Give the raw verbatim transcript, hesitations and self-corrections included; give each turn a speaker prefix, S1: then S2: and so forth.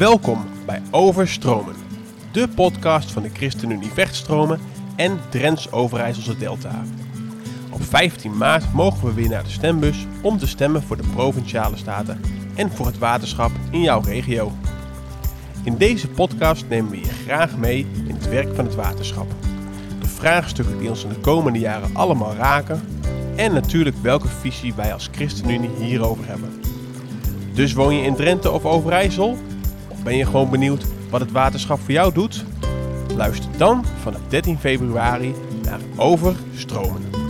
S1: Welkom bij Overstromen, de podcast van de ChristenUnie Vechtstromen en Drents Overijsselse Delta. Op vijftien maart mogen we weer naar de stembus om te stemmen voor de Provinciale Staten en voor het waterschap in jouw regio. In deze podcast nemen we je graag mee in het werk van het waterschap. De vraagstukken die ons in de komende jaren allemaal raken en natuurlijk welke visie wij als ChristenUnie hierover hebben. Dus woon je in Drenthe of Overijssel? Of ben je gewoon benieuwd wat het waterschap voor jou doet? Luister dan vanaf dertien februari naar Overstromen.